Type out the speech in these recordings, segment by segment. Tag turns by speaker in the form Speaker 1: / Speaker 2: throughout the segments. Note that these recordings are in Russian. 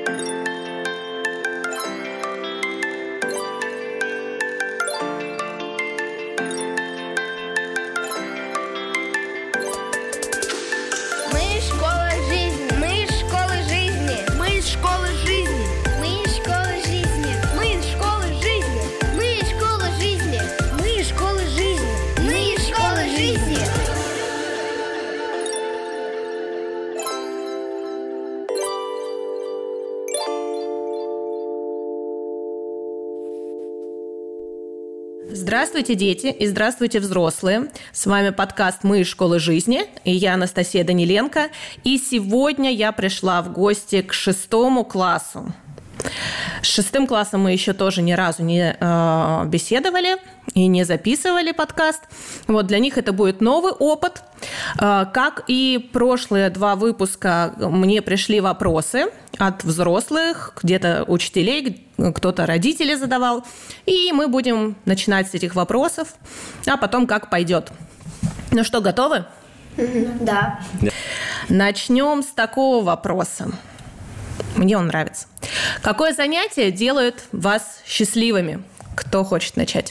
Speaker 1: Здравствуйте, дети, и здравствуйте, взрослые. С вами подкаст «Мы из школы жизни», и я Анастасия Даниленко. И сегодня я пришла в гости к 6 классу. С 6 классом мы еще тоже ни разу не беседовали и не записывали подкаст. Вот для них это будет новый опыт. Как и прошлые 2 выпуска, мне пришли вопросы от взрослых, где-то учителей, кто-то родителей задавал. И мы будем начинать с этих вопросов, а потом как пойдет. Ну что, готовы?
Speaker 2: Да.
Speaker 1: Начнем с такого вопроса. Мне он нравится. Какое занятие делает вас счастливыми? Кто хочет начать?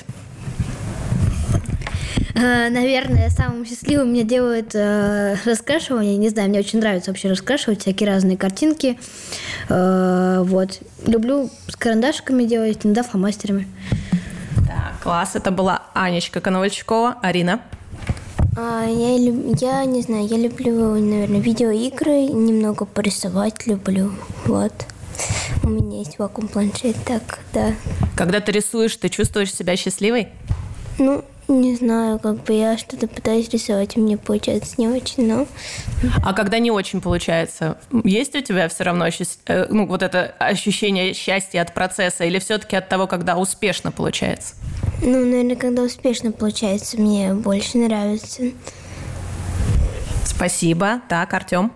Speaker 2: Наверное, самым счастливым меня делает раскрашивание. Не знаю, мне очень нравится вообще раскрашивать всякие разные картинки. Вот. Люблю с карандашиками делать, иногда фломастерами.
Speaker 1: Так, класс. Это была Анечка Коновальчукова. Арина?
Speaker 3: Я не знаю, я люблю, наверное, видеоигры, немного порисовать люблю, вот. У меня есть вакуум-планшет, так, да.
Speaker 1: Когда ты рисуешь, ты чувствуешь себя счастливой?
Speaker 3: Ну, не знаю, я что-то пытаюсь рисовать, у меня получается не очень, но...
Speaker 1: А когда не очень получается, есть у тебя все равно вот это ощущение счастья от процесса или все-таки от того, когда успешно получается?
Speaker 3: Ну, наверное, когда успешно получается, мне больше нравится.
Speaker 1: Спасибо. Так, Артем?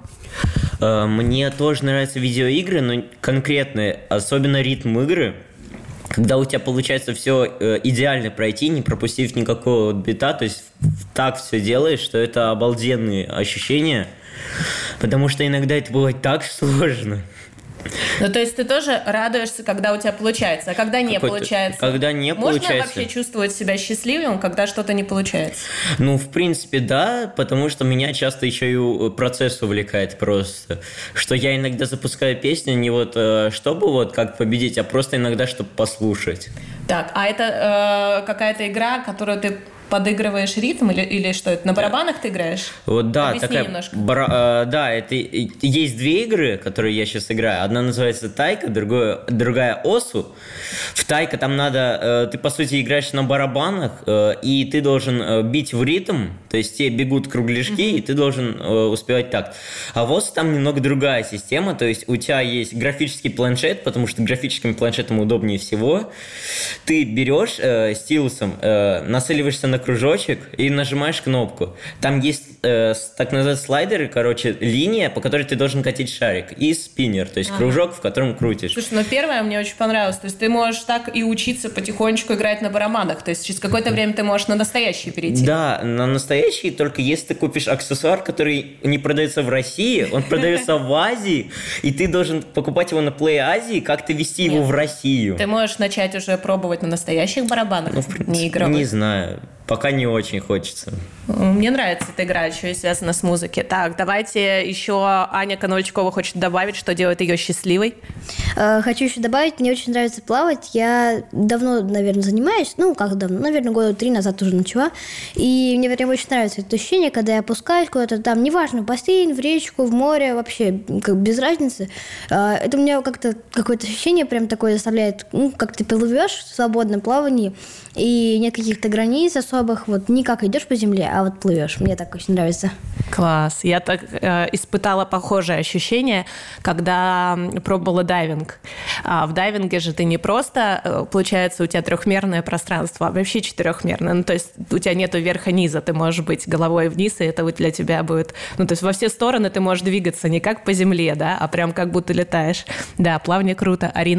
Speaker 4: Мне тоже нравятся видеоигры, но конкретные, особенно ритм игры. Когда у тебя получается все идеально пройти, не пропустив никакого бита, то есть так все делаешь, что это обалденные ощущения, потому что иногда это бывает так сложно.
Speaker 1: Ну, то есть ты тоже радуешься, когда у тебя получается, а когда не получается?
Speaker 4: Когда не получается.
Speaker 1: Можно вообще чувствовать себя счастливым, когда что-то не получается?
Speaker 4: Ну, в принципе, да, потому что меня часто еще и процесс увлекает просто. Что я иногда запускаю песню не вот чтобы вот как победить, а просто иногда, чтобы послушать.
Speaker 1: Так, а это какая-то игра, которую ты подыгрываешь ритм или что это? На барабанах ты играешь?
Speaker 4: Вот да,
Speaker 1: объясни
Speaker 4: такая.
Speaker 1: Немножко.
Speaker 4: Да, это есть 2 игры, которые я сейчас играю. Одна называется Тайка, другая Осу. В Тайка там надо, ты по сути играешь на барабанах, и ты должен бить в ритм, то есть тебе бегут кругляшки, и ты должен успевать так. А в Осу там немного другая система, то есть у тебя есть графический планшет, потому что графическим планшетом удобнее всего. Ты берешь стилусом, нацеливаешься на кружочек и нажимаешь кнопку. Там есть так называемые слайдеры, линия, по которой ты должен катить шарик, и спиннер, то есть кружок, в котором крутишь.
Speaker 1: Слушай, ну первое мне очень понравилось. То есть ты можешь так и учиться потихонечку играть на барабанах. То есть через какое-то время ты можешь на настоящие перейти.
Speaker 4: Да, на настоящие, только если ты купишь аксессуар, который не продается в России, он продается в Азии, и ты должен покупать его на Play Азии, как-то вести его в Россию.
Speaker 1: Ты можешь начать уже пробовать на настоящих барабанах,
Speaker 4: в принципе,
Speaker 1: не игровых.
Speaker 4: Не знаю. Пока не очень хочется.
Speaker 1: Мне нравится эта игра, еще и связана с музыкой. Так, давайте еще Аня Коновальчукова хочет добавить, что делает ее счастливой.
Speaker 2: Хочу еще добавить, мне очень нравится плавать. Я давно, наверное, занимаюсь, наверное, года 3 назад уже начала. И мне прям очень нравится это ощущение, когда я опускаюсь куда-то там, неважно, в бассейн, в речку, в море, вообще без разницы. Это у меня как-то какое-то ощущение прям такое заставляет, как ты плывешь в свободном плавании, и нет каких-то границ особых, вот не как идешь по земле, а вот плывешь. Мне так очень нравится.
Speaker 1: Класс. Я так испытала похожее ощущение, когда пробовала дайвинг. В дайвинге же ты не просто, получается, у тебя 3-мерное пространство, а вообще 4-мерное. Ну, то есть у тебя нету верха-низа, ты можешь быть головой вниз, и это для тебя будет... Ну, то есть во все стороны ты можешь двигаться не как по земле, да, а прям как будто летаешь. Да, плавание круто. Арина?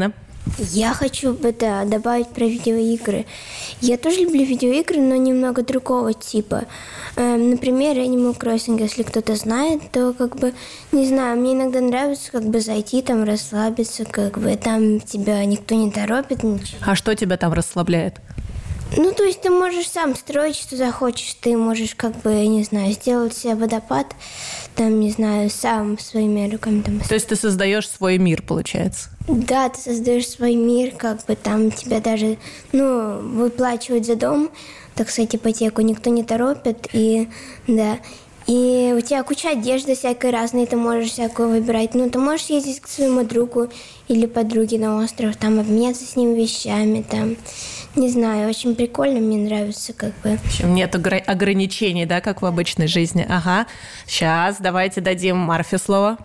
Speaker 3: Я хочу добавить про видеоигры. Я тоже люблю видеоигры, но немного другого типа. Например, Animal Crossing, если кто-то знает, то не знаю, мне иногда нравится зайти там, расслабиться, там тебя никто не торопит. Ничего.
Speaker 1: А что тебя там расслабляет?
Speaker 3: То есть ты можешь сам строить, что захочешь. Ты можешь, не знаю, сделать себе водопад, там, не знаю, сам своими руками. Там.
Speaker 1: То есть ты создаешь свой мир, получается?
Speaker 3: Да, ты создаешь свой мир, там тебя даже, выплачивают за дом, так сказать, ипотеку, никто не торопит, и, да. И у тебя куча одежды всякой разной, ты можешь всякую выбирать. Ты можешь ездить к своему другу или подруге на остров, там, обменяться с ним вещами, там, не знаю, очень прикольно, мне нравится,
Speaker 1: В общем, нет ограничений, да, как в обычной жизни. Ага, сейчас давайте дадим Марфе слово.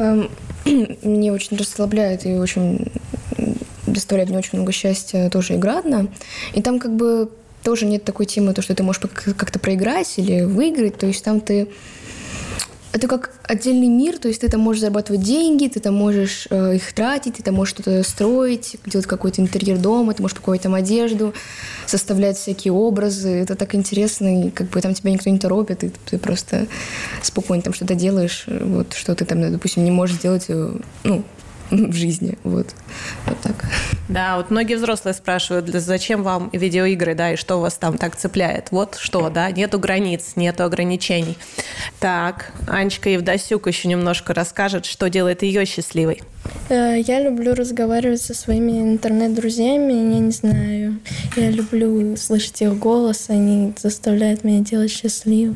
Speaker 5: Мне очень расслабляет и очень доставляет мне очень много счастья тоже игра одна. И там тоже нет такой темы, то, что ты можешь как-то проиграть или выиграть. То есть там это как отдельный мир, то есть ты там можешь зарабатывать деньги, ты там можешь их тратить, ты там можешь что-то строить, делать какой-то интерьер дома, ты можешь покупать там одежду, составлять всякие образы. Это так интересно, и там тебя никто не торопит, и ты просто спокойно там что-то делаешь, вот, что ты там, допустим, не можешь сделать, в жизни, вот так.
Speaker 1: Да, вот многие взрослые спрашивают, зачем вам видеоигры, да, и что вас там так цепляет. Вот что, да, нету границ, нету ограничений. Так, Анечка Евдасюк еще немножко расскажет, что делает ее счастливой.
Speaker 6: Я люблю разговаривать со своими интернет-друзьями, я не знаю, я люблю слышать их голос, они заставляют меня делать счастливой.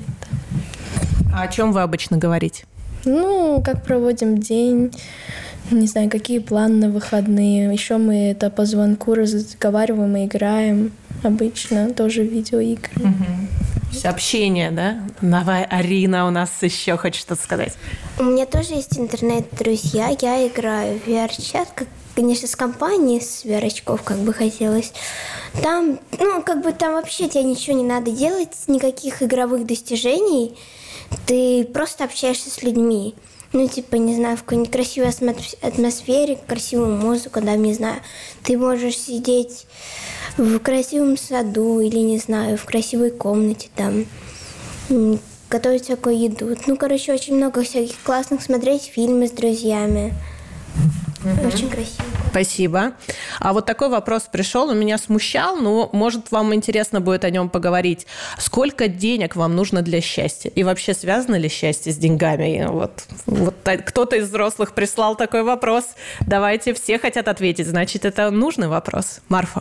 Speaker 1: А о чем вы обычно говорите?
Speaker 6: Как проводим день, не знаю, какие планы на выходные. Еще мы это по звонку разговариваем и играем. Обычно тоже видеоигры.
Speaker 1: Общение, да? Давай, Арина у нас еще хочет что-то сказать.
Speaker 3: У меня тоже есть интернет-друзья. Я играю в VR-чат, конечно, с компанией, с VR-очков, хотелось. Там, там вообще тебе ничего не надо делать, никаких игровых достижений. Ты просто общаешься с людьми. Не знаю, в какой-нибудь красивой атмосфере, красивую музыку, не знаю. Ты можешь сидеть в красивом саду или, не знаю, в красивой комнате, там, готовить всякую еду. Очень много всяких классных, смотреть фильмы с друзьями. Очень красиво.
Speaker 1: Спасибо. А вот такой вопрос пришел, он меня смущал, но, может, вам интересно будет о нем поговорить. Сколько денег вам нужно для счастья? И вообще, связано ли счастье с деньгами? Вот кто-то из взрослых прислал такой вопрос. Давайте, все хотят ответить. Значит, это нужный вопрос. Марфа.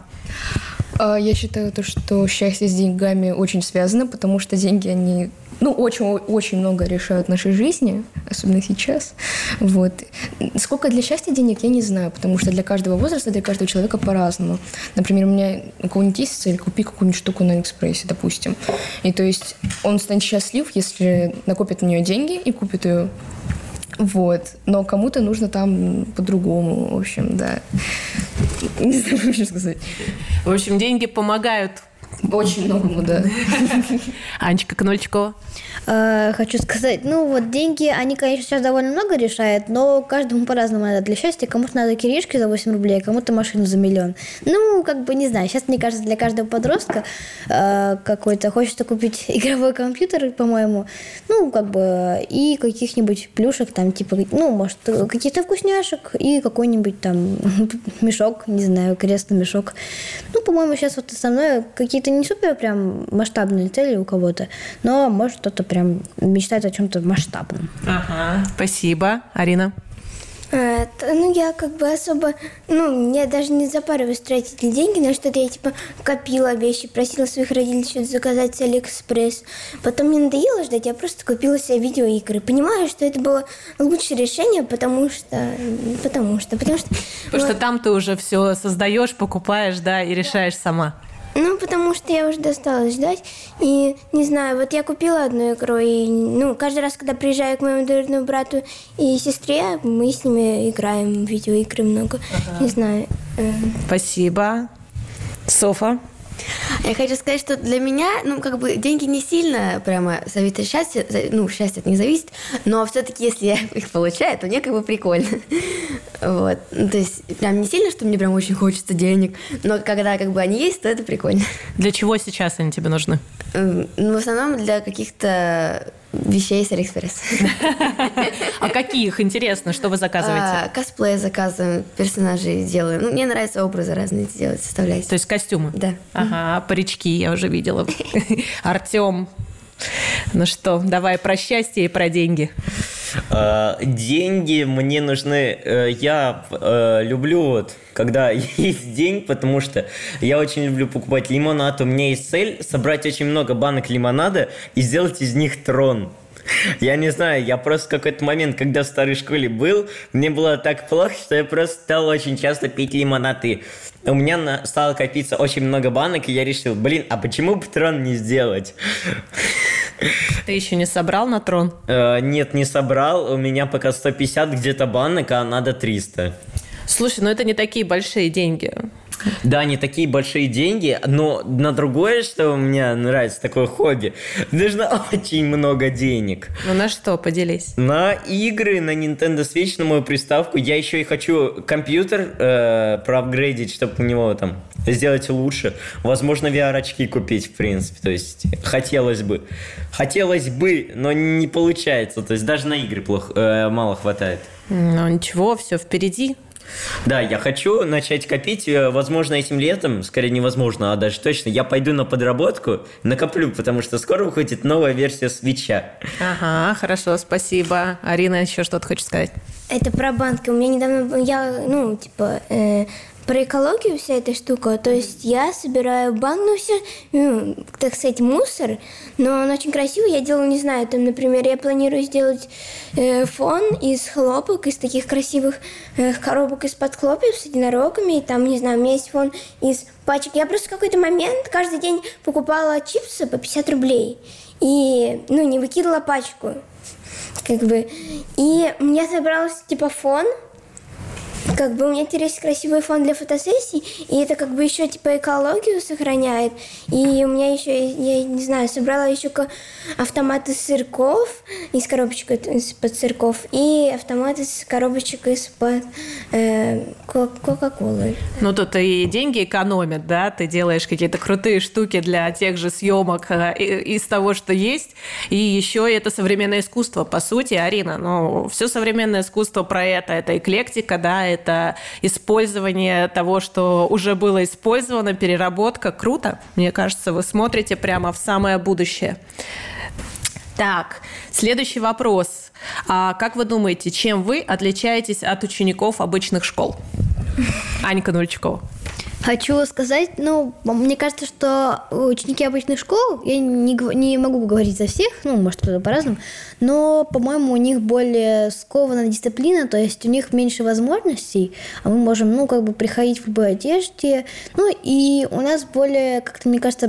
Speaker 5: Я считаю, что счастье с деньгами очень связано, потому что деньги, они очень много решают в нашей жизни, особенно сейчас. Вот. Сколько для счастья денег, я не знаю, потому что для каждого возраста, для каждого человека по-разному. Например, у кого-нибудь есть цель купить какую-нибудь штуку на Алиэкспрессе, допустим. И то есть он станет счастлив, если накопит на нее деньги и купит ее. Вот. Но кому-то нужно там по-другому, в общем, да. Не знаю, что сказать.
Speaker 1: В общем, деньги помогают.
Speaker 5: Очень многому, да.
Speaker 1: Анечка Кнольчикова.
Speaker 2: Хочу сказать, деньги, они, конечно, сейчас довольно много решают, но каждому по-разному надо для счастья. Кому-то надо киришки за 8 рублей, кому-то машину за 1 000 000. Не знаю, сейчас, мне кажется, для каждого подростка какой-то хочется купить игровой компьютер, по-моему, и каких-нибудь плюшек, там, типа, может, каких-то вкусняшек и какой-нибудь там мешок, не знаю, крестный мешок. По-моему, сейчас вот основное какие-то не супер прям масштабные цели у кого-то, но может кто-то прям мечтает о чем-то масштабном.
Speaker 1: Ага, спасибо. Арина?
Speaker 3: Я особо, я даже не запариваюсь тратить деньги на что-то. Я копила вещи, просила своих родителей что-то заказать с Алиэкспресс. Потом мне надоело ждать, я просто купила себе видеоигры. Понимаю, что это было лучшее решение, потому что
Speaker 1: там ты уже все создаешь, покупаешь, да, и решаешь сама.
Speaker 3: Потому что я уже достала ждать. И, не знаю, я купила одну игру, и, каждый раз, когда приезжаю к моему двоюродному брату и сестре, мы с ними играем в видеоигры много. Не знаю.
Speaker 1: Спасибо. Софа?
Speaker 7: Я хочу сказать, что для меня, деньги не сильно прямо зависят от счастья, счастье от них зависит, но все-таки, если я их получаю, то мне прикольно. Вот. Ну, то есть прям не сильно, что мне прям очень хочется денег, но когда как бы они есть, то это прикольно.
Speaker 1: Для чего сейчас они тебе нужны?
Speaker 7: Ну, в основном для каких-то вещей с Алиэкспресс.
Speaker 1: А каких? Интересно, что вы заказываете?
Speaker 7: Косплей заказываем, персонажей делаем. Ну, мне нравятся образы разные делать, составлять.
Speaker 1: То есть костюмы?
Speaker 7: Да.
Speaker 1: Ага, парички я уже видела. Артем, ну что, давай про счастье и про деньги.
Speaker 4: Деньги мне нужны. Я люблю вот, когда есть деньги, потому что я очень люблю покупать лимонад. У меня есть цель собрать очень много банок лимонада и сделать из них трон. Я не знаю, я просто в какой-то момент, когда в старой школе был, мне было так плохо, что я просто стал очень часто пить лимонад. И у меня стало копиться очень много банок, и я решил, а почему бы трон не сделать?
Speaker 1: Ты еще не собрал на трон?
Speaker 4: Нет, не собрал. У меня пока 150 где-то банок, а надо 300.
Speaker 1: Слушай, ну это не такие большие деньги.
Speaker 4: Да, не такие большие деньги, но на другое, что мне нравится, такое хобби, нужно очень много денег.
Speaker 1: Ну на что, поделись?
Speaker 4: На игры, на Nintendo Switch, на мою приставку. Я еще и хочу компьютер проапгрейдить, чтобы у него там сделать лучше. Возможно, VR-очки купить, в принципе. То есть хотелось бы, но не получается. То есть даже на игры мало хватает.
Speaker 1: Ну ничего, все впереди.
Speaker 4: Да, я хочу начать копить, возможно, этим летом, скорее невозможно, а даже точно, я пойду на подработку, накоплю, потому что скоро выходит новая версия Свитча.
Speaker 1: Ага, хорошо, спасибо. Арина еще что-то хочет сказать?
Speaker 3: Это про банки. У меня недавно, про экологию вся эта штука. То есть я собираю так сказать, мусор, но он очень красивый. Я делаю, не знаю, там, например, я планирую сделать фон из хлопок, из таких красивых коробок из-под хлопьев с единорогами. И там, не знаю, у меня есть фон из пачек. Я просто в какой-то момент каждый день покупала чипсы по 50 рублей. И, не выкидывала пачку. И у меня собрался, фон. У меня теперь есть красивый фон для фотосессий, и это еще экологию сохраняет. И у меня еще, я не знаю, собрала еще автомат из сырков, из коробочек из-под сырков, и автомат из коробочек из-под Кока-Колы.
Speaker 1: Ну, тут и деньги экономят, да? Ты делаешь какие-то крутые штуки для тех же съемок из того, что есть. И еще это современное искусство, по сути, Арина. Все современное искусство про это. Это эклектика, да, это использование того, что уже было использовано, переработка. Круто. Мне кажется, вы смотрите прямо в самое будущее. Так, следующий вопрос. Как вы думаете, чем вы отличаетесь от учеников обычных школ? Анька Нульчикова.
Speaker 2: Хочу сказать, мне кажется, что ученики обычных школ, я не могу говорить за всех, может, кто-то по-разному, но, по-моему, у них более скованная дисциплина, то есть у них меньше возможностей, а мы можем, приходить в любой одежде, и у нас более, как-то, мне кажется,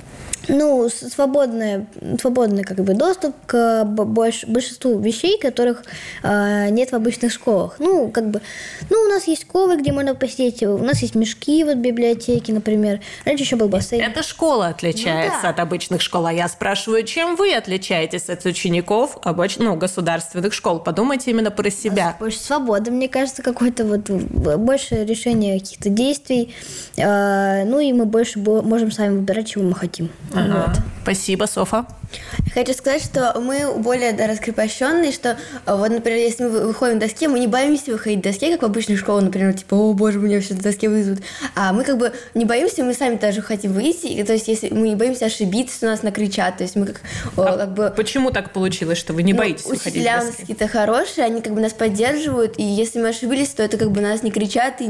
Speaker 2: свободный доступ к большинству вещей, которых нет в обычных школах. У нас есть ковры, где можно посидеть, у нас есть мешки в библиотеке, например. Раньше еще был бассейн.
Speaker 1: Это школа отличается от обычных школ. А я спрашиваю, чем вы отличаетесь от учеников государственных школ? Подумайте именно про себя.
Speaker 2: Больше свободы, мне кажется, какое-то больше решения каких-то действий. И мы больше можем сами выбирать, чего мы хотим.
Speaker 1: Ага. Спасибо, Софа.
Speaker 7: Хочу сказать, что мы более раскрепощенные, что например, если мы выходим к доске, мы не боимся выходить к доске, как в обычной школе, например, о боже, меня все к доске вызовут. А мы не боимся, мы сами тоже хотим выйти, то есть если мы не боимся ошибиться, что нас накричат, то есть мы
Speaker 1: Почему так получилось, что вы не боитесь выходить к доске?
Speaker 7: Учителя у нас какие-то хорошие, они нас поддерживают, и если мы ошибились, то это нас не кричат и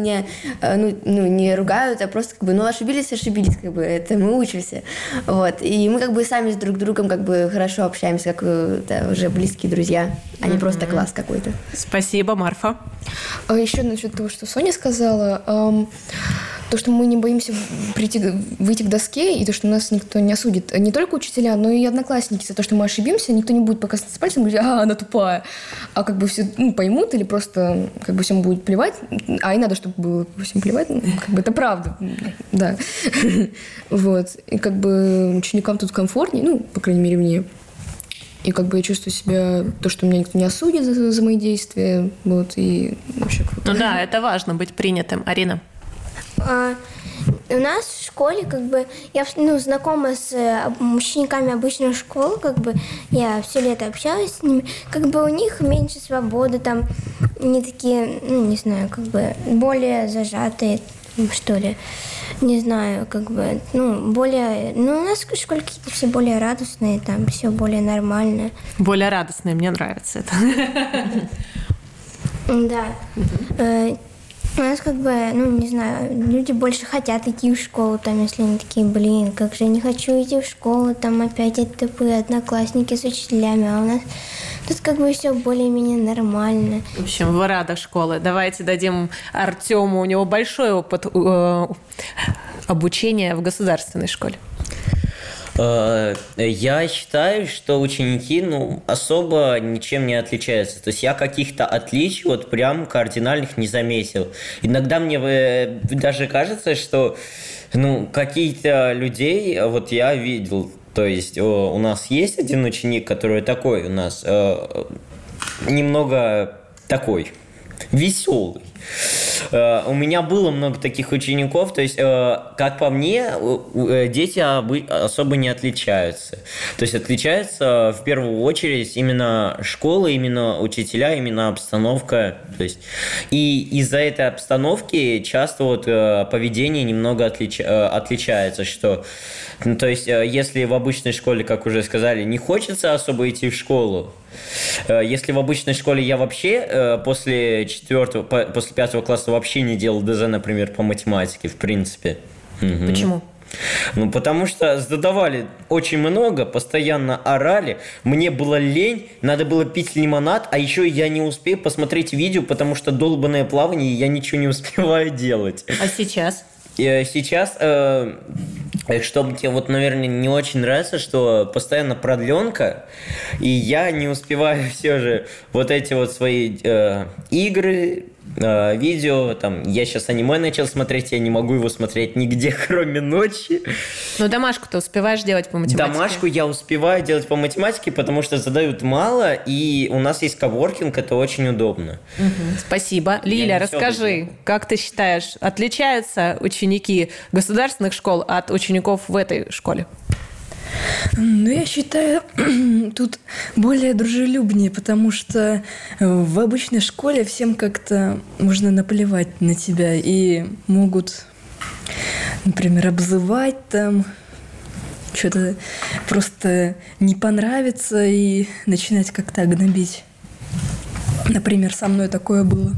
Speaker 7: не ругают, а просто ошибились, это мы учимся. И мы сами с друг другом хорошо общаемся, как уже близкие друзья, а не просто класс какой-то.
Speaker 1: Спасибо, Марфа.
Speaker 5: Еще насчет того, что Соня сказала, то, что мы не боимся выйти к доске, и то, что нас никто не осудит. Не только учителя, но и одноклассники. За то, что мы ошибимся, никто не будет показывать пальцем и говорить, она тупая. А все поймут или просто всем будет плевать. А и надо, чтобы было всем плевать. Это правда. Да. И ученикам тут комфортнее, по крайней мере, мне. И как бы я чувствую себя, то, что меня никто не осудит за мои действия, вот, и вообще круто.
Speaker 1: Ну да, это важно быть принятым. Арина?
Speaker 3: У нас в школе, как бы, я знакома с учениками обычной школы, как бы, я все лето общалась с ними, как бы у них меньше свободы, там, не такие, не знаю, как бы, более зажатые, что ли, не знаю, как бы, более, у нас в школе какие-то все более радостные, там, все более нормально.
Speaker 1: Более радостные, мне нравится это.
Speaker 3: Да. У нас как бы, не знаю, люди больше хотят идти в школу, там, если они такие, как же я не хочу идти в школу, там опять ОТП, одноклассники с учителями, а у нас тут как бы все более-менее нормально.
Speaker 1: В общем, вы рада школы. Давайте дадим Артему, у него большой опыт обучения в государственной школе.
Speaker 4: Я считаю, что ученики, особо ничем не отличаются. То есть я каких-то отличий вот прям кардинальных не заметил. Иногда мне даже кажется, что, какие-то людей вот я видел. То есть у нас есть один ученик, который такой у нас немного такой веселый. У меня было много таких учеников, то есть, как по мне, дети особо не отличаются. То есть отличаются в первую очередь именно школа, именно учителя, именно обстановка. То есть, и из-за этой обстановки часто вот поведение немного отличается, что, то есть, если в обычной школе, как уже сказали, не хочется особо идти в школу, если в обычной школе я вообще после 5 класса вообще не делал ДЗ, например, по математике, в принципе.
Speaker 1: Почему?
Speaker 4: Потому что задавали очень много, постоянно орали, мне было лень, надо было пить лимонад, а еще я не успею посмотреть видео, потому что долбанное плавание, и я ничего не успеваю делать.
Speaker 1: А сейчас?
Speaker 4: Сейчас, что мне вот, наверное, не очень нравится, что постоянно продленка, и я не успеваю все же вот эти вот свои игры, видео, там, я сейчас аниме начал смотреть, я не могу его смотреть нигде, кроме ночи.
Speaker 1: Но домашку ты успеваешь делать по математике?
Speaker 4: Домашку я успеваю делать по математике, потому что задают мало, и у нас есть коворкинг, это очень удобно.
Speaker 1: Спасибо. Лиля, расскажи, как ты считаешь, отличаются ученики государственных школ от учеников в этой школе?
Speaker 8: Я считаю, тут более дружелюбнее, потому что в обычной школе всем как-то можно наплевать на тебя и могут, например, обзывать там, что-то просто не понравится и начинать как-то гнобить. Например, со мной такое было.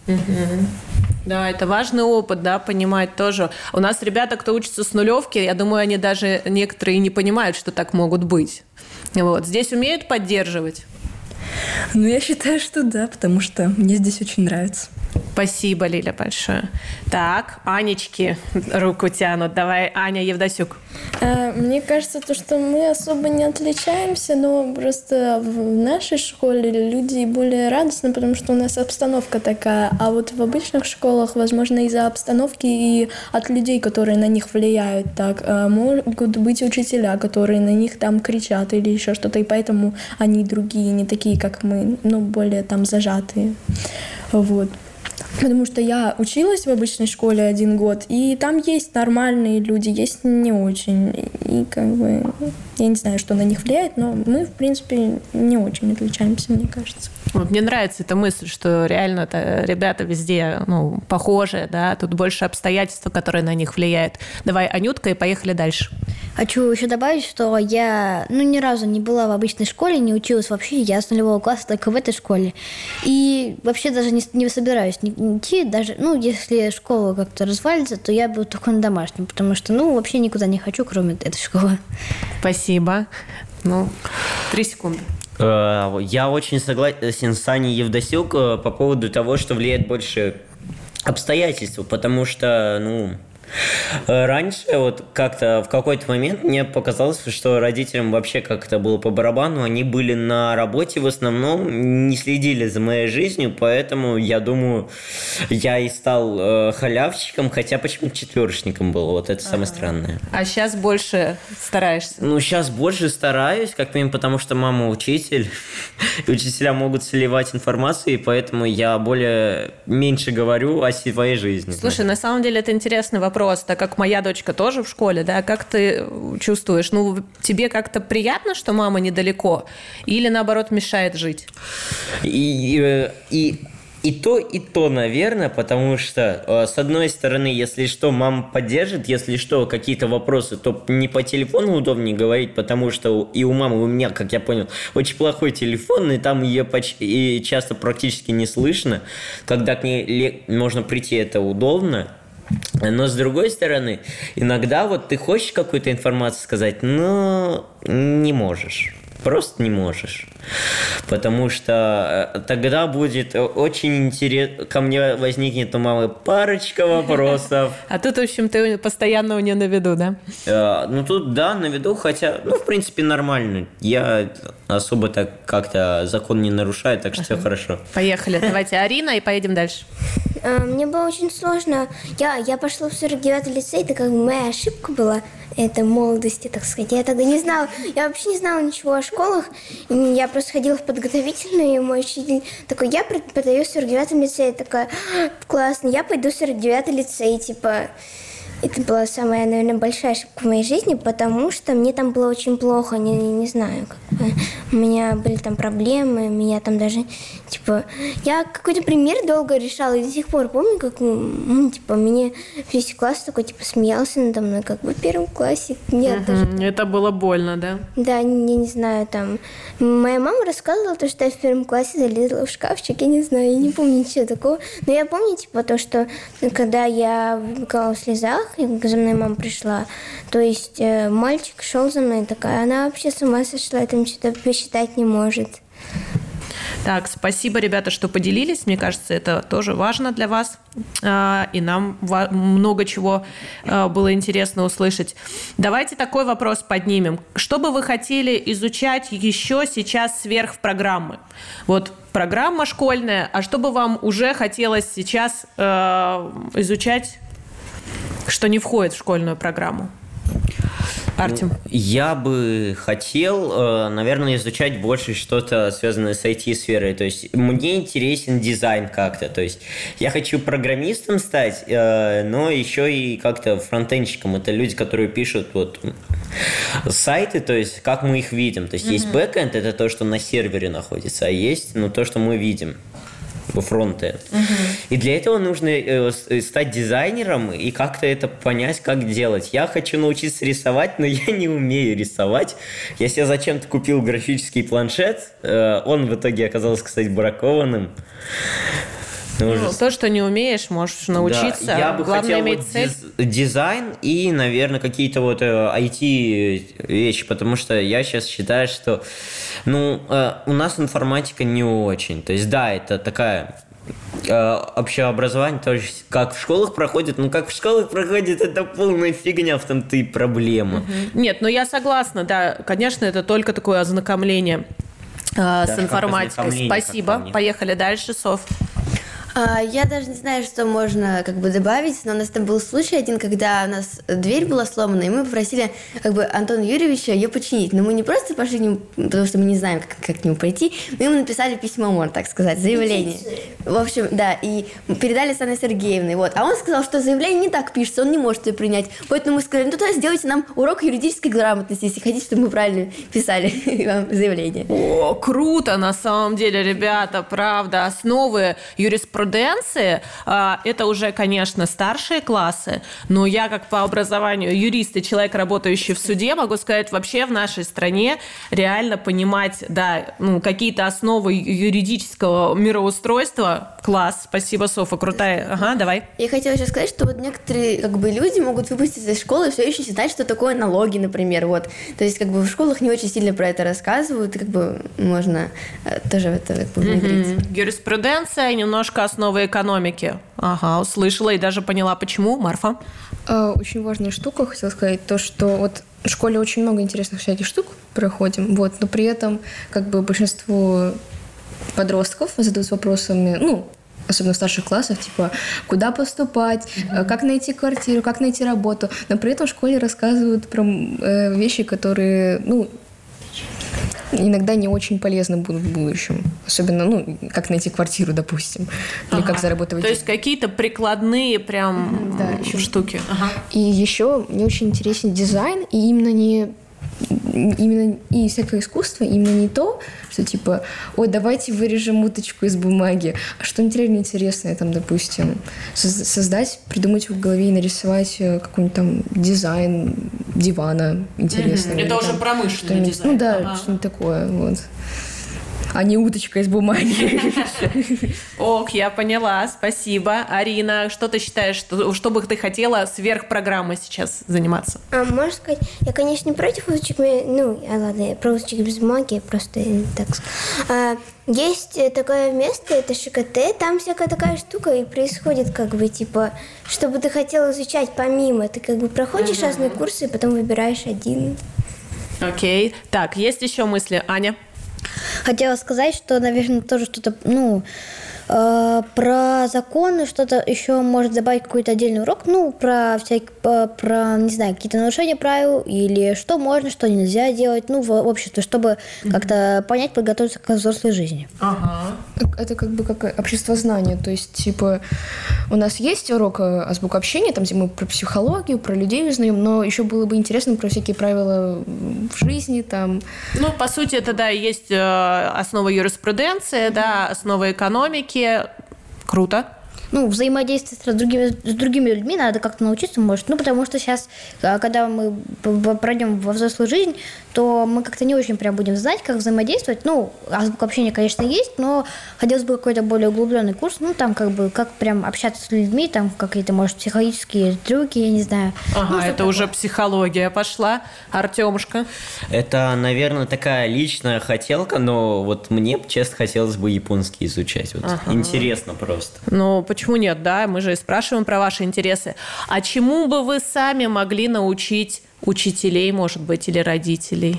Speaker 1: Да, это важный опыт, да, понимать тоже. У нас ребята, кто учится с нулевки, я думаю, они даже некоторые не понимают, что так могут быть. Вот. Здесь умеют поддерживать?
Speaker 8: Я считаю, что да, потому что мне здесь очень нравится.
Speaker 1: Спасибо, Лиля, большое. Так, Анечки руку тянут. Давай, Аня Евдосюк.
Speaker 6: Мне кажется, что мы особо не отличаемся, но просто в нашей школе люди более радостны, потому что у нас обстановка такая. А вот в обычных школах, возможно, из-за обстановки и от людей, которые на них влияют, так, могут быть учителя, которые на них там кричат или еще что-то, и поэтому они другие, не такие, как мы, более там зажатые. Вот. Потому что я училась в обычной школе 1 год, и там есть нормальные люди, есть не очень. И как бы я не знаю, что на них влияет, но мы, в принципе, не очень отличаемся, мне кажется.
Speaker 1: Вот мне нравится эта мысль, что реально ребята везде похожи, да, тут больше обстоятельств, которые на них влияют. Давай, Анютка, и поехали дальше.
Speaker 2: Хочу еще добавить, что я ни разу не была в обычной школе, не училась вообще, я с 0 класса только в этой школе. И вообще даже не собираюсь идти, даже, если школа как-то развалится, то я буду только на домашнем, потому что, вообще никуда не хочу, кроме этой школы.
Speaker 1: Спасибо. 3 секунды.
Speaker 4: Я очень согласен с Аней Евдосюк по поводу того, что влияет больше обстоятельства, потому что, Раньше вот как-то в какой-то момент мне показалось, что родителям вообще как-то было по барабану, они были на работе в основном, не следили за моей жизнью, поэтому я думаю, я и стал халявщиком, хотя почему-то четверочником был, вот это самое странное.
Speaker 1: А сейчас больше стараешься?
Speaker 4: Ну, сейчас больше стараюсь, как минимум, потому что мама учитель, и учителя могут сливать информацию, и поэтому я меньше говорю о своей жизни.
Speaker 1: Слушай, на самом деле это интересный вопрос, так как моя дочка тоже в школе, да, как ты чувствуешь? Ну, тебе как-то приятно, что мама недалеко, или наоборот мешает жить?
Speaker 4: И то, наверное, потому что, с одной стороны, если что, мама поддержит, если что, какие-то вопросы, то не по телефону удобнее говорить, потому что и у мамы, у меня, как я понял, очень плохой телефон, и там ее часто практически не слышно. Когда к ней можно прийти, это удобно. Но с другой стороны, иногда вот ты хочешь какую-то информацию сказать, но не можешь. Просто не можешь. Потому что тогда будет очень интересно, ко мне возникнет у мамы парочка вопросов.
Speaker 1: А тут, в общем, ты постоянно у нее на виду, да?
Speaker 4: Ну, тут, да, на виду, хотя, в принципе, нормально. Я особо так как-то закон не нарушаю, так что все хорошо.
Speaker 1: Поехали. Давайте, Арина, и поедем дальше.
Speaker 3: Мне было очень сложно. Я пошла в 49-й лицей, это как бы моя ошибка была. Это молодости, так сказать. Я тогда не знала, я вообще не знала ничего о школах. Я просто ходила в подготовительную, и мой учитель такой, я преподаю в 49-м лицее. Я такая, классно, я пойду в 49-й лицей, типа... Это была самая, наверное, большая ошибка в моей жизни, потому что мне там было очень плохо, не знаю, как бы. У меня были там проблемы, меня там даже, типа, я какой-то пример долго решала, и до сих пор помню, как, типа, мне весь класс такой, типа, смеялся надо мной, как бы в первом классе.
Speaker 1: Это было больно, да?
Speaker 3: Да, я не знаю, там, моя мама рассказывала то, что я в первом классе залезла в шкафчик, я не знаю, я не помню ничего такого, но я помню, типа, то, что когда я была в слезах, и за мной мама пришла, то есть мальчик шел за мной, такая, она вообще с ума сошла, там что-то посчитать не может.
Speaker 1: Так, спасибо, ребята, что поделились. Мне кажется, это тоже важно для вас. И нам много чего было интересно услышать. Давайте такой вопрос поднимем. Что бы вы хотели изучать еще сейчас сверх программы? Вот программа школьная, а что бы вам уже хотелось сейчас изучать, что не входит в школьную программу? Артем?
Speaker 4: Я бы хотел, наверное, изучать больше что-то связанное с IT-сферой. То есть мне интересен дизайн как-то. То есть я хочу программистом стать, но еще и как-то фронтенщиком. Это люди, которые пишут вот сайты, то есть как мы их видим. То есть есть бэкэнд, это то, что на сервере находится, а есть то, что мы видим. Фронтенд. И для этого нужно стать дизайнером и как-то это понять, как делать. Я хочу научиться рисовать, но я не умею рисовать. Я себе зачем-то купил графический планшет. Он в итоге оказался, кстати, бракованным.
Speaker 1: То, что не умеешь, можешь научиться.
Speaker 4: Да, я бы
Speaker 1: Главное
Speaker 4: хотел
Speaker 1: иметь цель.
Speaker 4: Дизайн и, наверное, какие-то вот IT вещи, потому что я сейчас считаю, что у нас информатика не очень. То есть, да, это такая общее образование, то есть как в школах проходит, как в школах проходит, это полная фигня, в том-то и проблема.
Speaker 1: Нет, я согласна, да, конечно, это только такое ознакомление с информатикой. Спасибо. Поехали дальше, Соф.
Speaker 7: Я даже не знаю, что можно добавить, но у нас там был случай один, когда у нас дверь была сломана, и мы попросили Антона Юрьевича ее починить. Но мы не просто пошли к нему, потому что мы не знаем, как к нему пойти, мы ему написали письмо, можно так сказать, заявление. В общем, да, и передали с Анной Сергеевной. Вот. А он сказал, что заявление не так пишется, он не может ее принять. Поэтому мы сказали, тогда сделайте нам урок юридической грамотности, если хотите, чтобы мы правильно писали вам заявление.
Speaker 1: О, круто, на самом деле, ребята, правда, основы юриспруденции. Это уже, конечно, старшие классы, но я, как по образованию юрист и человек, работающий в суде, могу сказать, вообще в нашей стране реально понимать, какие-то основы юридического мироустройства. Класс, спасибо, Софа, крутая. Ага, давай.
Speaker 7: Я хотела еще сказать, что вот некоторые люди могут выпуститься из школы и все еще не знать, что такое налоги, например. Вот. То есть в школах не очень сильно про это рассказывают, и можно тоже в это внедриться.
Speaker 1: Юриспруденция, немножко основ основы экономики. Ага, услышала и даже поняла, почему. Марфа?
Speaker 5: Очень важная штука, хотела сказать, то, что вот в школе очень много интересных всяких штук проходим, вот, но при этом как бы большинство подростков задаются вопросами, ну, особенно в старших классах, типа, куда поступать, как найти квартиру, как найти работу, но при этом в школе рассказывают про вещи, которые, ну, иногда не очень полезны будут в будущем. Особенно, ну, как найти квартиру, допустим, или как заработать.
Speaker 1: То есть какие-то прикладные прям еще штуки.
Speaker 5: И еще мне очень интересен дизайн, и именно и всякое искусство, именно не то, что типа, ой, давайте вырежем уточку из бумаги, а что-нибудь реально интересное, там, допустим, создать, придумать в голове и нарисовать какой-нибудь там дизайн дивана интересного.
Speaker 1: Это уже промышленный дизайн.
Speaker 5: Ну да, что-нибудь такое, вот. А не уточка из бумаги.
Speaker 1: Ок, я поняла, спасибо. Арина, что ты считаешь, что бы ты хотела сверх программы сейчас заниматься?
Speaker 3: Можно сказать, я, конечно, не против уточек, ладно, про уточек без бумаги, просто так сказать. Есть такое место, это ШКТ, там всякая такая штука и происходит, как бы, типа, что бы ты хотела изучать помимо, ты как бы проходишь разные курсы и потом выбираешь один.
Speaker 1: Окей. Так, есть еще мысли, Аня?
Speaker 2: Хотела сказать, что, наверное, тоже что-то, про законы что-то еще может добавить какой-то отдельный урок, про не знаю, какие-то нарушения правил или что можно, что нельзя делать, в обществе, чтобы как-то понять, подготовиться к взрослой жизни.
Speaker 1: Ага.
Speaker 5: Это как бы как обществознание, то есть, типа, у нас есть урок азбука общения, там, где мы про психологию, про людей узнаем, но еще было бы интересно про всякие правила в жизни, там.
Speaker 1: По сути, это, да, есть основа юриспруденции, да, основа экономики. Круто.
Speaker 2: Взаимодействовать с другими людьми надо как-то научиться, может. Потому что сейчас, когда мы пройдем во взрослую жизнь, то мы как-то не очень прям будем знать, как взаимодействовать. Азбука общения, конечно, есть, но хотелось бы какой-то более углубленный курс, как прям общаться с людьми, там какие-то, может, психологические трюки, я не знаю.
Speaker 1: Ага, это
Speaker 2: такое.
Speaker 1: уже психология пошла. Артемушка?
Speaker 4: Это, наверное, такая личная хотелка, но вот мне, честно, хотелось бы японский изучать. Вот. Интересно просто.
Speaker 1: Почему нет, да? Мы же и спрашиваем про ваши интересы. А чему бы вы сами могли научить учителей, может быть, или родителей?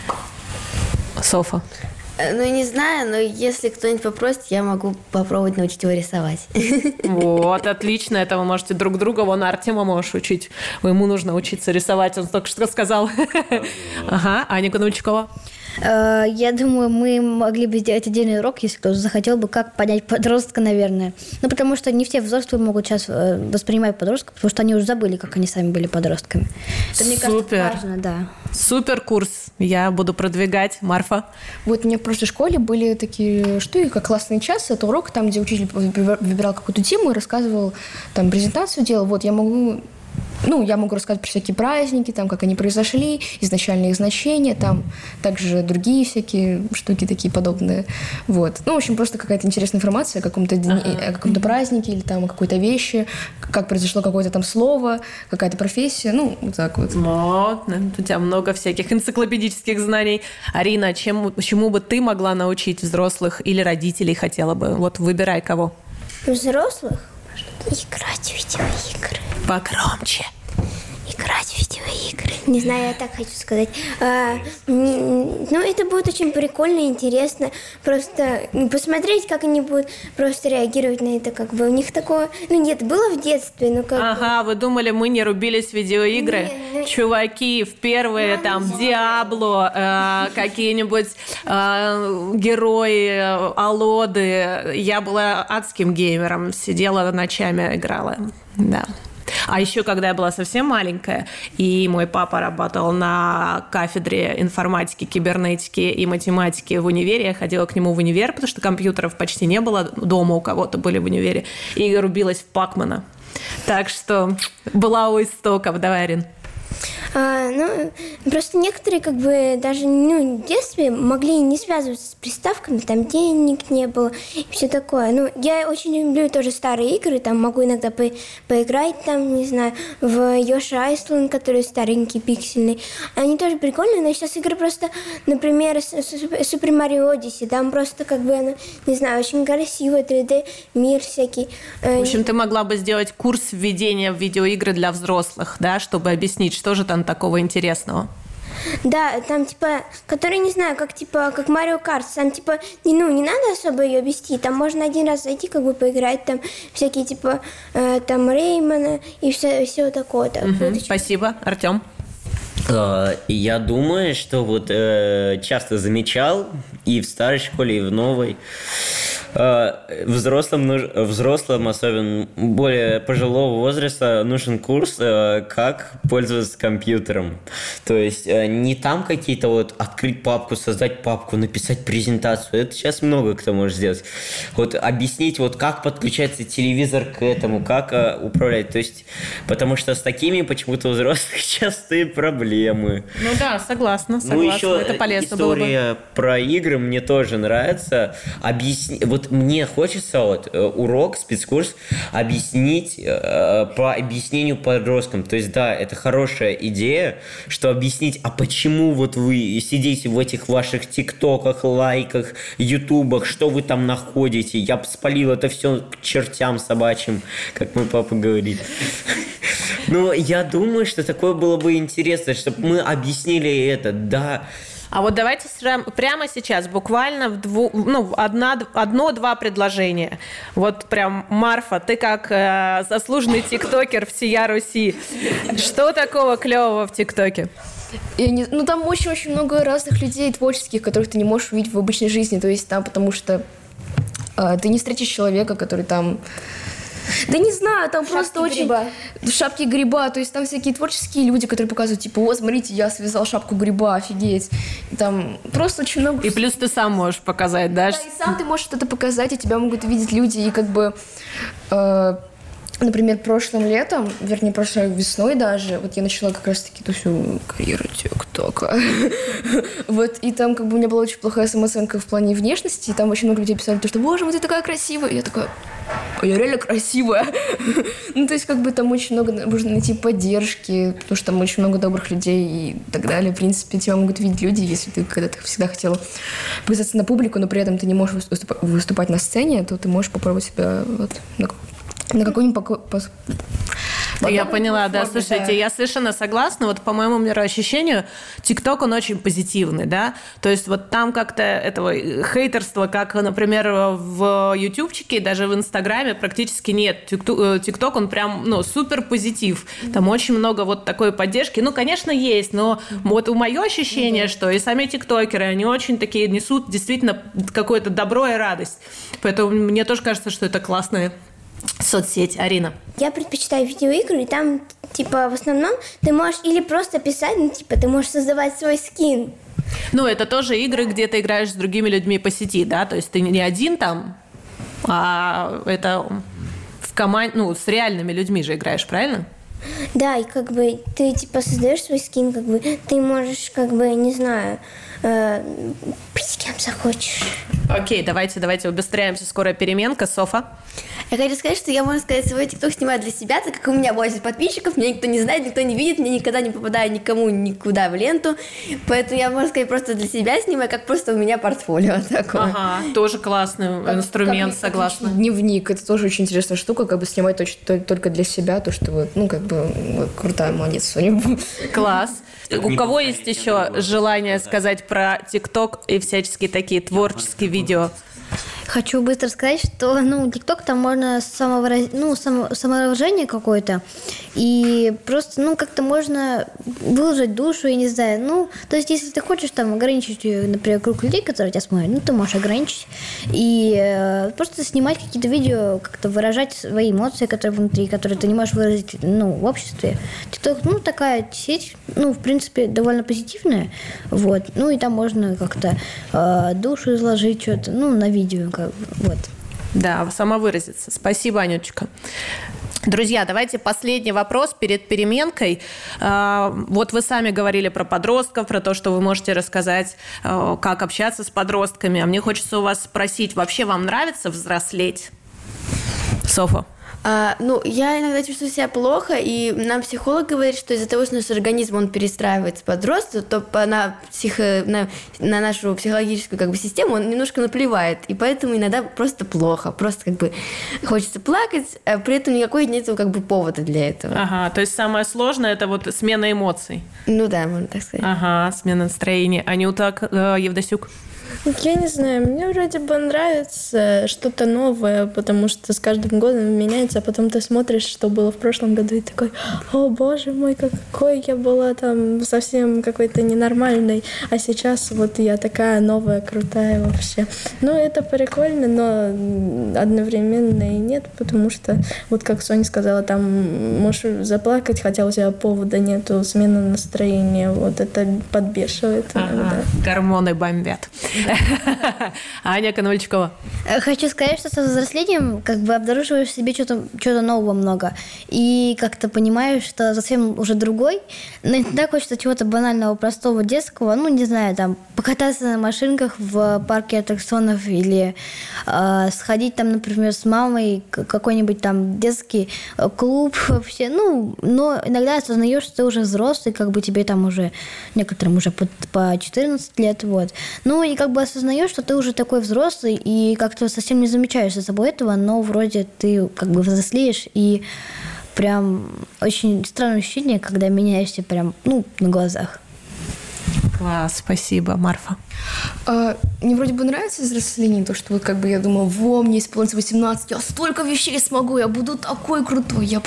Speaker 1: Софа?
Speaker 7: Не знаю, но если кто-нибудь попросит, я могу попробовать научить его рисовать.
Speaker 1: Вот, отлично. Это вы можете друг друга. Вон Артема можешь учить. Ему нужно учиться рисовать. Он только что сказал. Ага. Аня Конучкова?
Speaker 2: Я думаю, мы могли бы сделать отдельный урок, если кто-то захотел бы, как понять подростка, наверное. Потому что не все взрослые могут сейчас воспринимать подростка, потому что они уже забыли, как они сами были подростками. Это, мне кажется, важно, да.
Speaker 1: Супер курс. Я буду продвигать. Марфа?
Speaker 5: Вот у меня в прошлой школе были такие штуки, как классный час. Это урок, там, где учитель выбирал какую-то тему и рассказывал, там, презентацию делал. Вот, я могу рассказать про всякие праздники, там, как они произошли, изначальные их значения, там, также другие всякие штуки такие подобные. Вот. В общем, просто какая-то интересная информация о каком-то о каком-то празднике или там о какой-то вещи, как произошло какое-то там слово, какая-то профессия, вот так вот.
Speaker 1: Вот, у тебя много всяких энциклопедических знаний. Арина, чему бы ты могла научить взрослых или родителей хотела бы? Вот выбирай кого.
Speaker 3: Взрослых? Играть в видеоигры.
Speaker 1: Погромче.
Speaker 3: Играть в видеоигры. Не знаю, я так хочу сказать. Это будет очень прикольно и интересно. Просто посмотреть, как они будут просто реагировать на это. Как бы у них такое... нет, было в детстве, но как
Speaker 1: Ага, вы думали, мы не рубились в видеоигры? Чуваки, в первые там Диабло, какие-нибудь герои, Алоды. Я была адским геймером, сидела ночами, играла. Да. А еще, когда я была совсем маленькая, и мой папа работал на кафедре информатики, кибернетики и математики в универе, я ходила к нему в универ, потому что компьютеров почти не было, дома у кого-то были в универе, и рубилась в Пакмана. Так что была у истоков. Давай, Арин.
Speaker 3: Ну, просто некоторые как бы даже в детстве могли не связываться с приставками, там денег не было и все такое. Ну, я очень люблю тоже старые игры, там могу иногда поиграть, там, не знаю, в Йоши Айсланд, который старенький, пиксельный. Они тоже прикольные, но сейчас игры просто, например, Супер Марио Одиссе, там просто как бы, оно, не знаю, очень красиво, 3D, мир всякий.
Speaker 1: В общем, ты могла бы сделать курс введения в видеоигры для взрослых, да, чтобы объяснить, что же там такого интересного.
Speaker 3: Да, там, типа, который, не знаю, как Марио Карт, там, типа, не надо особо ее вести, там можно один раз зайти, как бы поиграть, там, всякие, типа, там, Реймона и все такое.
Speaker 1: Спасибо. Артем?
Speaker 4: Я думаю, что вот часто замечал и в старой школе, и в новой, взрослым, особенно более пожилого возраста, нужен курс, как пользоваться компьютером. То есть не там какие-то вот открыть папку, создать папку, написать презентацию. Это сейчас много кто может сделать. Вот объяснить, вот как подключается телевизор к этому, как управлять. То есть, потому что с такими почему-то у взрослых частые проблемы.
Speaker 1: Ну да, согласна.
Speaker 4: Ну еще
Speaker 1: это полезно было бы.
Speaker 4: История про игры мне тоже нравится. Вот мне хочется урок, спецкурс объяснить по объяснению подросткам. То есть, да, это хорошая идея, что объяснить, а почему вот вы сидите в этих ваших тиктоках, лайках, ютубах, что вы там находите? Я бы спалил это все к чертям собачьим, как мой папа говорит. Но я думаю, что такое было бы интересно, чтобы мы объяснили это, да.
Speaker 1: А вот давайте прямо сейчас, буквально одно-два предложения. Вот прям, Марфа, ты как заслуженный тиктокер всея Руси. Что такого клевого в тиктоке?
Speaker 5: Ну, там очень-очень много разных людей творческих, которых ты не можешь увидеть в обычной жизни. То есть там, потому что ты не встретишь человека, который там... Да не знаю, там просто очень... Шапки гриба, то есть там всякие творческие люди, которые показывают, типа, о, смотрите, я связал шапку гриба, офигеть. И там просто очень много...
Speaker 1: И плюс ты сам можешь показать, да?
Speaker 5: Да, и сам ты можешь что-то показать, и тебя могут видеть люди, и как бы... Например, прошлой весной даже, вот я начала как раз-таки ту всю карьеру ТикТока. Вот, и там как бы у меня была очень плохая самооценка в плане внешности, и там очень много людей писали, что, боже мой, ты такая красивая. И я такая, я реально красивая. Ну, то есть как бы там очень много можно найти поддержки, потому что там очень много добрых людей и так далее. В принципе, тебя могут видеть люди, если ты когда-то всегда хотела показаться на публику, но при этом ты не можешь выступать на сцене, то ты можешь попробовать себя вот на какой-нибудь...
Speaker 1: Я поняла, да. Слушайте, я совершенно согласна. Вот по моему мироощущению, ТикТок, он очень позитивный, да. То есть вот там как-то этого хейтерства, как, например, в ютубчике, даже в Инстаграме практически нет. ТикТок, он прям, супер позитив. Там очень много вот такой поддержки. Ну, конечно, есть, но вот мое ощущение, что и сами тиктокеры, они очень такие несут действительно какое-то добро и радость. Поэтому мне тоже кажется, что это классная соцсеть. Арина?
Speaker 3: Я предпочитаю видеоигры, и там, типа, в основном ты можешь или просто писать, ты можешь создавать свой скин.
Speaker 1: Ну, это тоже игры, где ты играешь с другими людьми по сети, да? То есть ты не один там, а это в команде, с реальными людьми же играешь, правильно?
Speaker 3: Да, и как бы ты, типа, создаешь свой скин, как бы ты можешь, как бы, не знаю, с кем захочешь.
Speaker 1: Окей, давайте убыстряемся. Скоро переменка. Софа?
Speaker 7: Я хочу сказать, что я, можно сказать, свой ТикТок снимаю для себя, так как у меня 80 подписчиков, меня никто не знает, никто не видит, мне никогда не попадаю никому никуда в ленту, поэтому я, можно сказать, просто для себя снимаю, как просто у меня портфолио такое.
Speaker 1: Ага, тоже классный инструмент, согласна.
Speaker 5: Дневник, это тоже очень интересная штука, как бы снимать только для себя, то, что вот, крутая, молодец, Соня.
Speaker 1: Класс. У кого есть еще желание сказать про ТикТок и всяческие такие творческие видео?
Speaker 2: Хочу быстро сказать, что, ТикТок там можно самовыражение какое-то, и просто, как-то можно выложить душу, я не знаю, то есть, если ты хочешь там ограничить, например, круг людей, которые тебя смотрят, ты можешь ограничить, и просто снимать какие-то видео, как-то выражать свои эмоции, которые внутри, которые ты не можешь выразить, в обществе. ТикТок, такая сеть, в принципе, довольно позитивная, вот, и там можно как-то душу изложить, что-то, на видео, вот.
Speaker 1: Да, самовыразиться. Спасибо, Анюточка. Друзья, давайте последний вопрос перед переменкой. Вот вы сами говорили про подростков, про то, что вы можете рассказать, как общаться с подростками. А мне хочется у вас спросить, вообще вам нравится взрослеть? Софа.
Speaker 7: Я иногда чувствую себя плохо, и нам психолог говорит, что из-за того, что наш организм, он перестраивается под рост, то на нашу психологическую систему он немножко наплевает, и поэтому иногда просто плохо, просто хочется плакать, а при этом никакой нет повода для этого.
Speaker 1: Ага, то есть самое сложное – это вот смена эмоций.
Speaker 7: Ну да, можно так сказать.
Speaker 1: Ага, смена настроения. Анюта Евдосюк?
Speaker 6: Я не знаю, мне вроде бы нравится что-то новое, потому что с каждым годом меняется, а потом ты смотришь, что было в прошлом году, и такой: о, боже мой, какой я была там совсем какой-то ненормальной, а сейчас вот я такая новая, крутая вообще. Это прикольно, но одновременно и нет, потому что, вот как Соня сказала, там можешь заплакать, хотя у тебя повода нету, смена настроения, вот это подбешивает.
Speaker 1: Ага, гормоны бомбят. Аня Коновальчукова.
Speaker 2: Хочу сказать, что со взрослением обнаруживаешь в себе что-то нового много. И как-то понимаешь, что совсем уже другой. Но иногда хочется чего-то банального, простого, детского. Не знаю, там, покататься на машинках в парке аттракционов или сходить там, например, с мамой в какой-нибудь там детский клуб вообще. Но иногда осознаешь, что ты уже взрослый, тебе там уже, некоторым уже по 14 лет, вот. И осознаешь, что ты уже такой взрослый, и как-то совсем не замечаешь за собой этого, но вроде ты взрослеешь, и прям очень странное ощущение, когда меняешься прям, на глазах.
Speaker 1: Класс, спасибо. Марфа?
Speaker 5: Мне вроде бы нравится взросление, то, что я думаю, мне исполнится 18, я столько вещей смогу, я буду такой крутой, я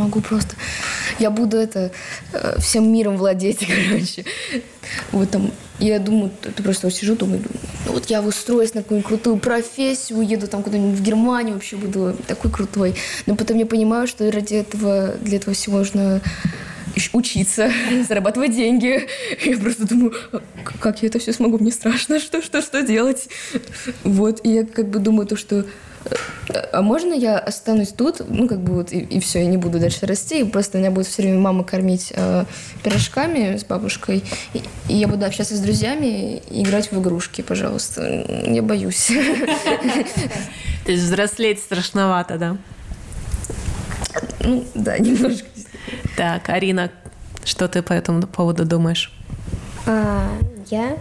Speaker 5: буду всем миром владеть, короче. Вот там, я думаю, ты просто сижу, думаю, я устроюсь на какую-нибудь крутую профессию, уеду там куда-нибудь в Германию, вообще буду такой крутой. Но потом я понимаю, что для этого всего нужно учиться, зарабатывать деньги. Я просто думаю, как я это все смогу, мне страшно, что делать? Вот, и я думаю, что а можно я останусь тут, и все, я не буду дальше расти, и просто меня будет все время мама кормить пирожками с бабушкой, и я буду общаться с друзьями и играть в игрушки, пожалуйста. Я боюсь.
Speaker 1: То есть взрослеть страшновато, да?
Speaker 5: Да, немножко.
Speaker 1: Так, Арина, что ты по этому поводу думаешь?
Speaker 3: Я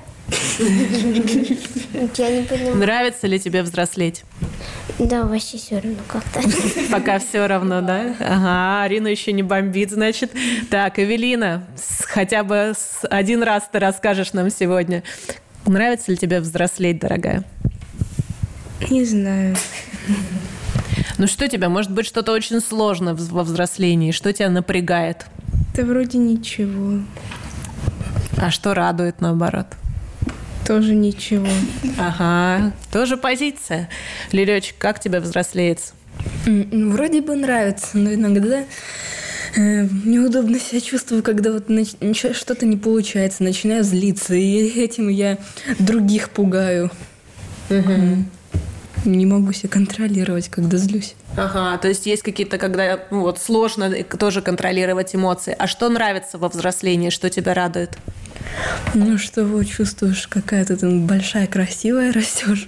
Speaker 3: не понимаю.
Speaker 1: Нравится ли тебе взрослеть?
Speaker 3: Да, вообще все равно как-то.
Speaker 1: Пока все равно, да? Ага, Арину еще не бомбит, значит. Так, Эвелина, хотя бы один раз ты расскажешь нам сегодня. Нравится ли тебе взрослеть, дорогая?
Speaker 8: Не знаю.
Speaker 1: Что тебя? Может быть, что-то очень сложное во взрослении? Что тебя напрягает?
Speaker 8: Да вроде ничего.
Speaker 1: А что радует, наоборот?
Speaker 8: Тоже ничего.
Speaker 1: Ага, тоже позиция. Лилечек, как тебе взрослеется?
Speaker 8: Вроде бы нравится, но иногда неудобно себя чувствую, когда что-то не получается, начинаю злиться, и этим я других пугаю. Угу. Не могу себя контролировать, когда злюсь.
Speaker 1: Ага, то есть есть какие-то, когда сложно тоже контролировать эмоции. А что нравится во взрослении, что тебя радует?
Speaker 8: Что чувствуешь, какая ты там большая, красивая растешь.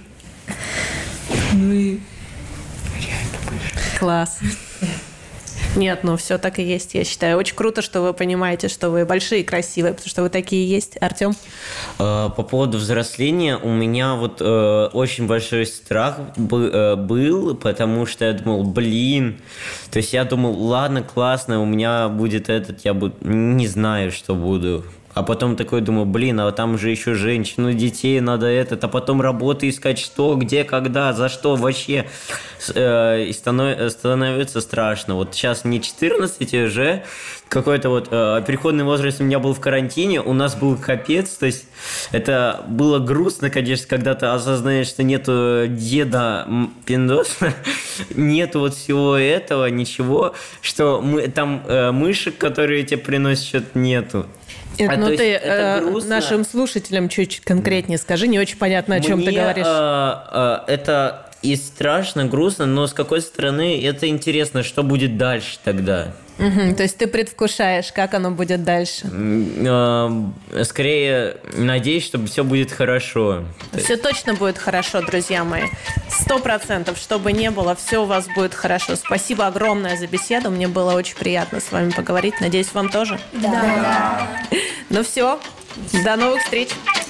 Speaker 8: И реально большая.
Speaker 1: Класс. Нет, все так и есть, я считаю. Очень круто, что вы понимаете, что вы большие и красивые, потому что вы такие есть. Артём?
Speaker 4: По поводу взросления у меня очень большой страх был, потому что я думал, то есть я думал, ладно, классно, у меня будет не знаю, что буду. А потом такой думаю, а там же еще женщины, детей надо а потом работу искать, что, где, когда, за что вообще. И становится страшно. Вот сейчас не 14 уже, какой-то переходный возраст у меня был в карантине, у нас был капец, то есть это было грустно, конечно, когда ты осознаешь, что нету деда пиндоса, нету всего этого, ничего, что там мышек, которые тебе приносят, что-то нету.
Speaker 1: Ты нашим слушателям чуть конкретнее скажи, не очень понятно, о чем ты говоришь.
Speaker 4: Это и страшно, грустно, но с какой стороны это интересно, что будет дальше тогда.
Speaker 1: То есть ты предвкушаешь, как оно будет дальше?
Speaker 4: Скорее, надеюсь, что все будет хорошо.
Speaker 1: Все точно будет хорошо, друзья мои. 100%, что бы ни было, все у вас будет хорошо. Спасибо огромное за беседу. Мне было очень приятно с вами поговорить. Надеюсь, вам тоже?
Speaker 2: Да.
Speaker 1: Ну все, до новых встреч.